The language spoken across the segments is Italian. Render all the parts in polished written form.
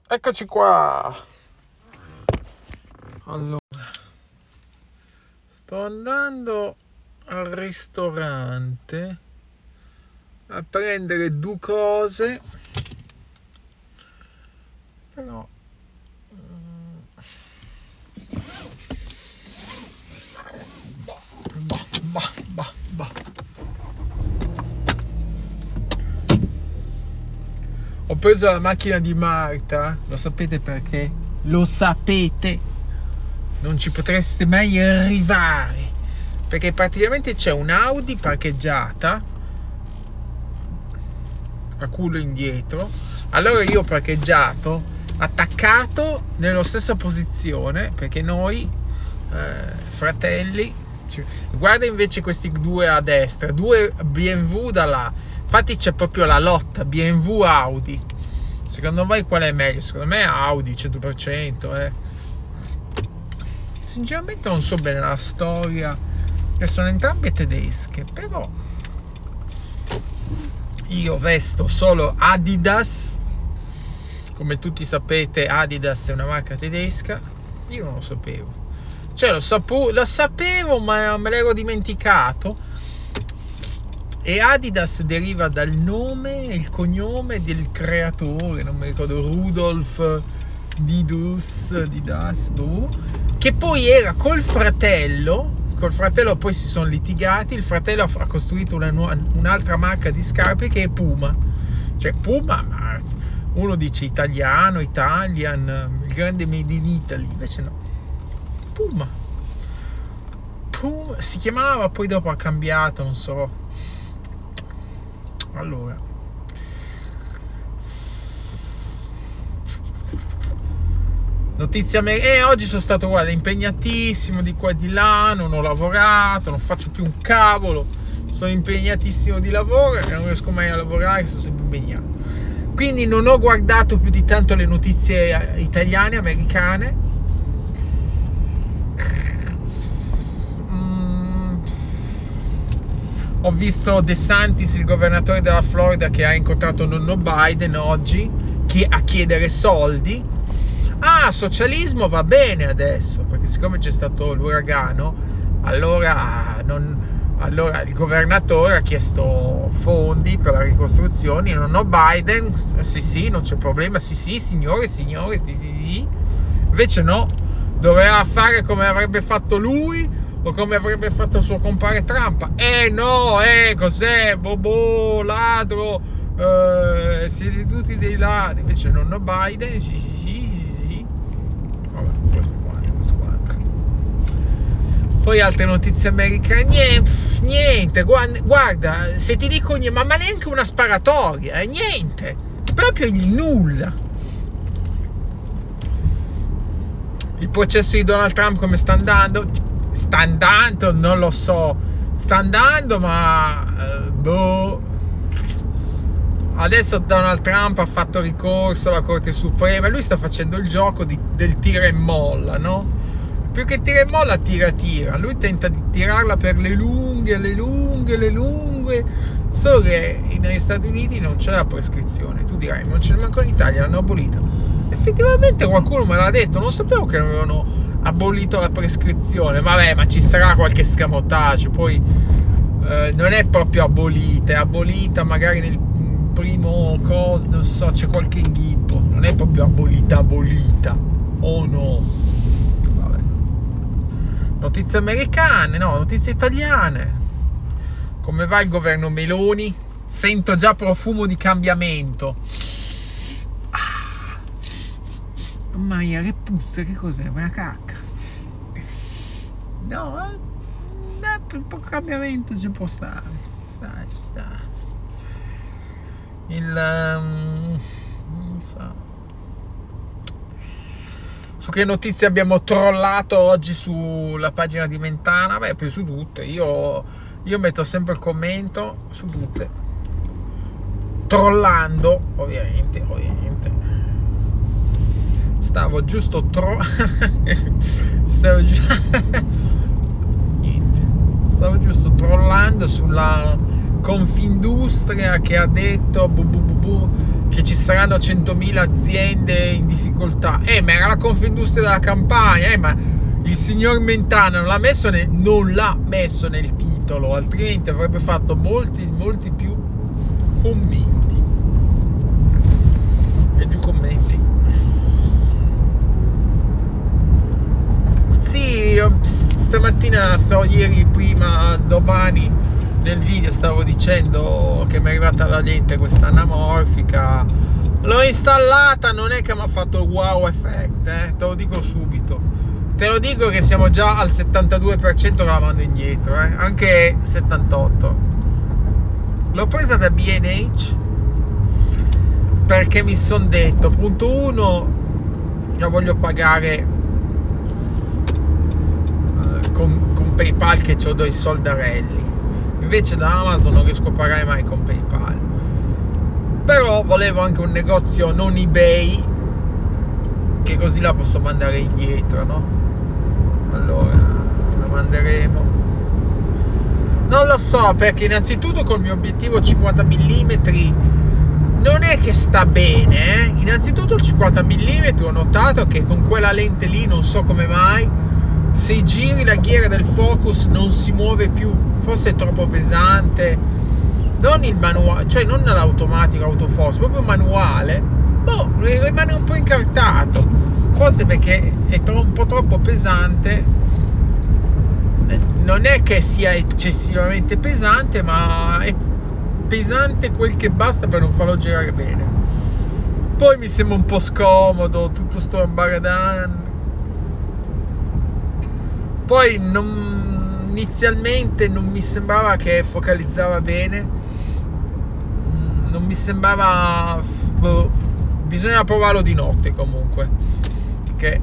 Eccoci qua. Allora, sto andando al ristorante a prendere due cose, però ho preso la macchina di Marta. Lo sapete perché? Lo sapete? Non ci potreste mai arrivare, perché praticamente c'è un'Audi parcheggiata a culo indietro. Allora io ho parcheggiato attaccato nella stessa posizione, perché noi fratelli, guarda invece questi due a destra, due BMW da là. Infatti c'è proprio la lotta BMW Audi. Secondo voi qual è meglio? Secondo me Audi 100%. Sinceramente non so bene la storia, che sono entrambe tedesche, però io vesto solo Adidas. Come tutti sapete, Adidas è una marca tedesca. Io non lo sapevo, cioè lo sapevo ma me l'ero dimenticato. E Adidas deriva dal nome e il cognome del creatore, non mi ricordo, Rudolf Didas, che poi era col fratello poi si sono litigati. Il fratello ha costruito un'altra marca di scarpe che è Puma. Cioè Puma, uno dice Italian, il grande made in Italy, invece no, Puma si chiamava, poi dopo ha cambiato, non so. Allora, notizia oggi sono stato, guarda, impegnatissimo di qua e di là, non ho lavorato, non faccio più un cavolo, sono impegnatissimo di lavoro e non riesco mai a lavorare, sono sempre impegnato, quindi non ho guardato più di tanto le notizie italiane, americane. Ho visto DeSantis, il governatore della Florida, che ha incontrato nonno Biden oggi, a chiedere soldi. Socialismo va bene adesso, perché siccome c'è stato l'uragano, allora il governatore ha chiesto fondi per la ricostruzione. Nonno Biden, sì, non c'è problema, sì, signore, sì. Invece no, doveva fare come avrebbe fatto lui, o come avrebbe fatto il suo compare Trump. Cos'è? Bobo, ladro, siete tutti dei ladri. Invece nonno Biden, sì. Vabbè, questo qua. Poi altre notizie americane, niente, guarda, se ti dico niente, ma neanche una sparatoria, niente, proprio il nulla. Il processo di Donald Trump come sta andando? Non lo so, sta andando, ma adesso Donald Trump ha fatto ricorso alla Corte Suprema e lui sta facendo il gioco del tira e molla, no? Più che tira e molla, tira. Lui tenta di tirarla per le lunghe, solo che negli Stati Uniti non c'è la prescrizione. Tu dirai, non c'è manco in Italia, l'hanno abolita. Effettivamente qualcuno me l'ha detto, non sapevo che avevano abolito la prescrizione. Vabbè, ma ci sarà qualche scamotaggio, poi non è proprio abolita, è abolita magari nel primo coso, non so, c'è qualche inghippo, non è proprio abolita, oh no. Vabbè. Notizie americane, no, notizie italiane. Come va il governo Meloni? Sento già profumo di cambiamento. Mamma mia, che puzza, che cos'è? Una cacca? No, un po' cambiamento ci può stare. Ci sta. Non so. Su che notizie abbiamo trollato oggi sulla pagina di Mentana? Beh, più su tutte. Io metto sempre il commento su tutte. Trollando, ovviamente. Stavo giusto trollando sulla Confindustria, che ha detto che ci saranno 100.000 aziende in difficoltà. Ma era la Confindustria della Campania, ma il signor Mentana non l'ha messo nel titolo, altrimenti avrebbe fatto molti più commenti. E giù commenti. Sì, stamattina ieri, prima, domani nel video stavo dicendo che mi è arrivata la lente questa anamorfica. L'ho installata, non è che mi ha fatto il wow effect, te lo dico subito. Te lo dico che siamo già al 72% che la mando indietro, anche 78%. L'ho presa da B&H perché mi sono detto, punto 1, la voglio pagare con PayPal, che ho dei soldarelli. Invece da Amazon non riesco a pagare mai con PayPal. Però volevo anche un negozio non eBay, che così la posso mandare indietro, no? Allora la manderemo. Non lo so, perché innanzitutto col mio obiettivo 50 mm non è che sta bene, Innanzitutto il 50 mm ho notato che con quella lente lì, non so come mai, se giri la ghiera del focus non si muove più, forse è troppo pesante. Non il manuale, cioè non l'automatico autofocus, proprio il manuale, rimane un po' incartato, forse perché è un po' troppo pesante. Non è che sia eccessivamente pesante, ma è pesante quel che basta per non farlo girare bene. Poi mi sembra un po' scomodo tutto sto ambaradan. Poi inizialmente non mi sembrava che focalizzava bene, non mi sembrava, bisogna provarlo di notte comunque, perché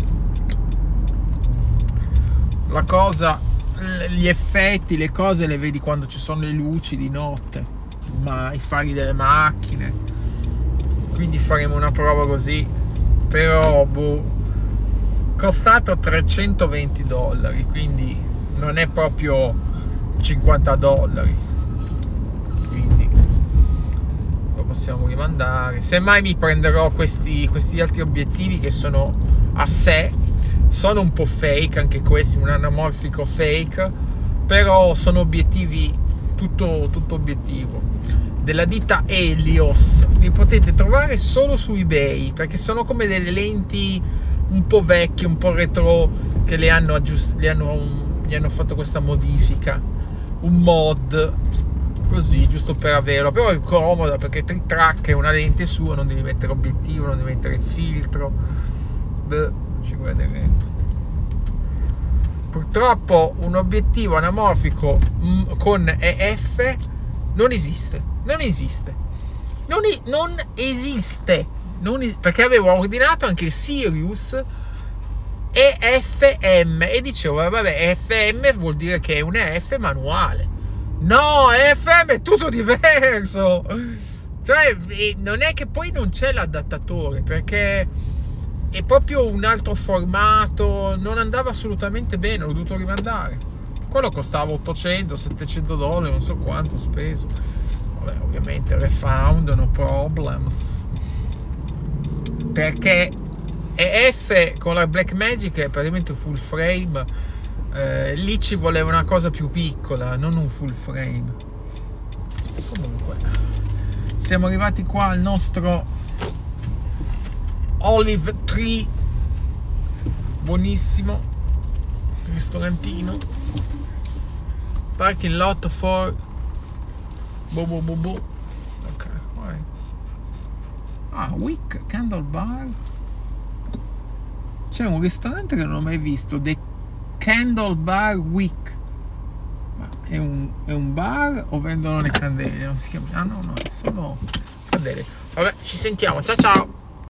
la cosa, gli effetti, le cose le vedi quando ci sono le luci di notte, ma i fari delle macchine, quindi faremo una prova così. Però costato $320, quindi non è proprio $50, quindi lo possiamo rimandare. Semmai mi prenderò questi altri obiettivi che sono a sé, sono un po' fake anche questi, un anamorfico fake, però sono obiettivi tutto obiettivo della ditta Helios. Li potete trovare solo su eBay, perché sono come delle lenti un po' vecchie, un po' retro, che gli hanno fatto questa modifica, un mod così, giusto per averlo. Però è comoda, perché Trick Track è una lente sua, non devi mettere obiettivo, non devi mettere il filtro. Ci guarderemo. Purtroppo un obiettivo anamorfico con EF non esiste, perché avevo ordinato anche il Sirius EFM e dicevo vabbè, FM vuol dire che è un EF manuale. No, EFM è tutto diverso, cioè non è che poi non c'è l'adattatore, perché è proprio un altro formato, non andava assolutamente bene, l'ho dovuto rimandare. Quello costava $800-700, non so quanto ho speso. Vabbè, ovviamente refund, no problems, perché EF con la Blackmagic è praticamente full frame. Lì ci voleva una cosa più piccola, non un full frame. Comunque siamo arrivati qua al nostro Olive Tree, buonissimo ristorantino, parking lot for ok, right. Wick Candle Bar, c'è un ristorante che non ho mai visto, The Candle Bar Wick, ma è un bar o vendono le candele? Non si chiama, no, è solo candele. Vabbè, ci sentiamo, ciao ciao.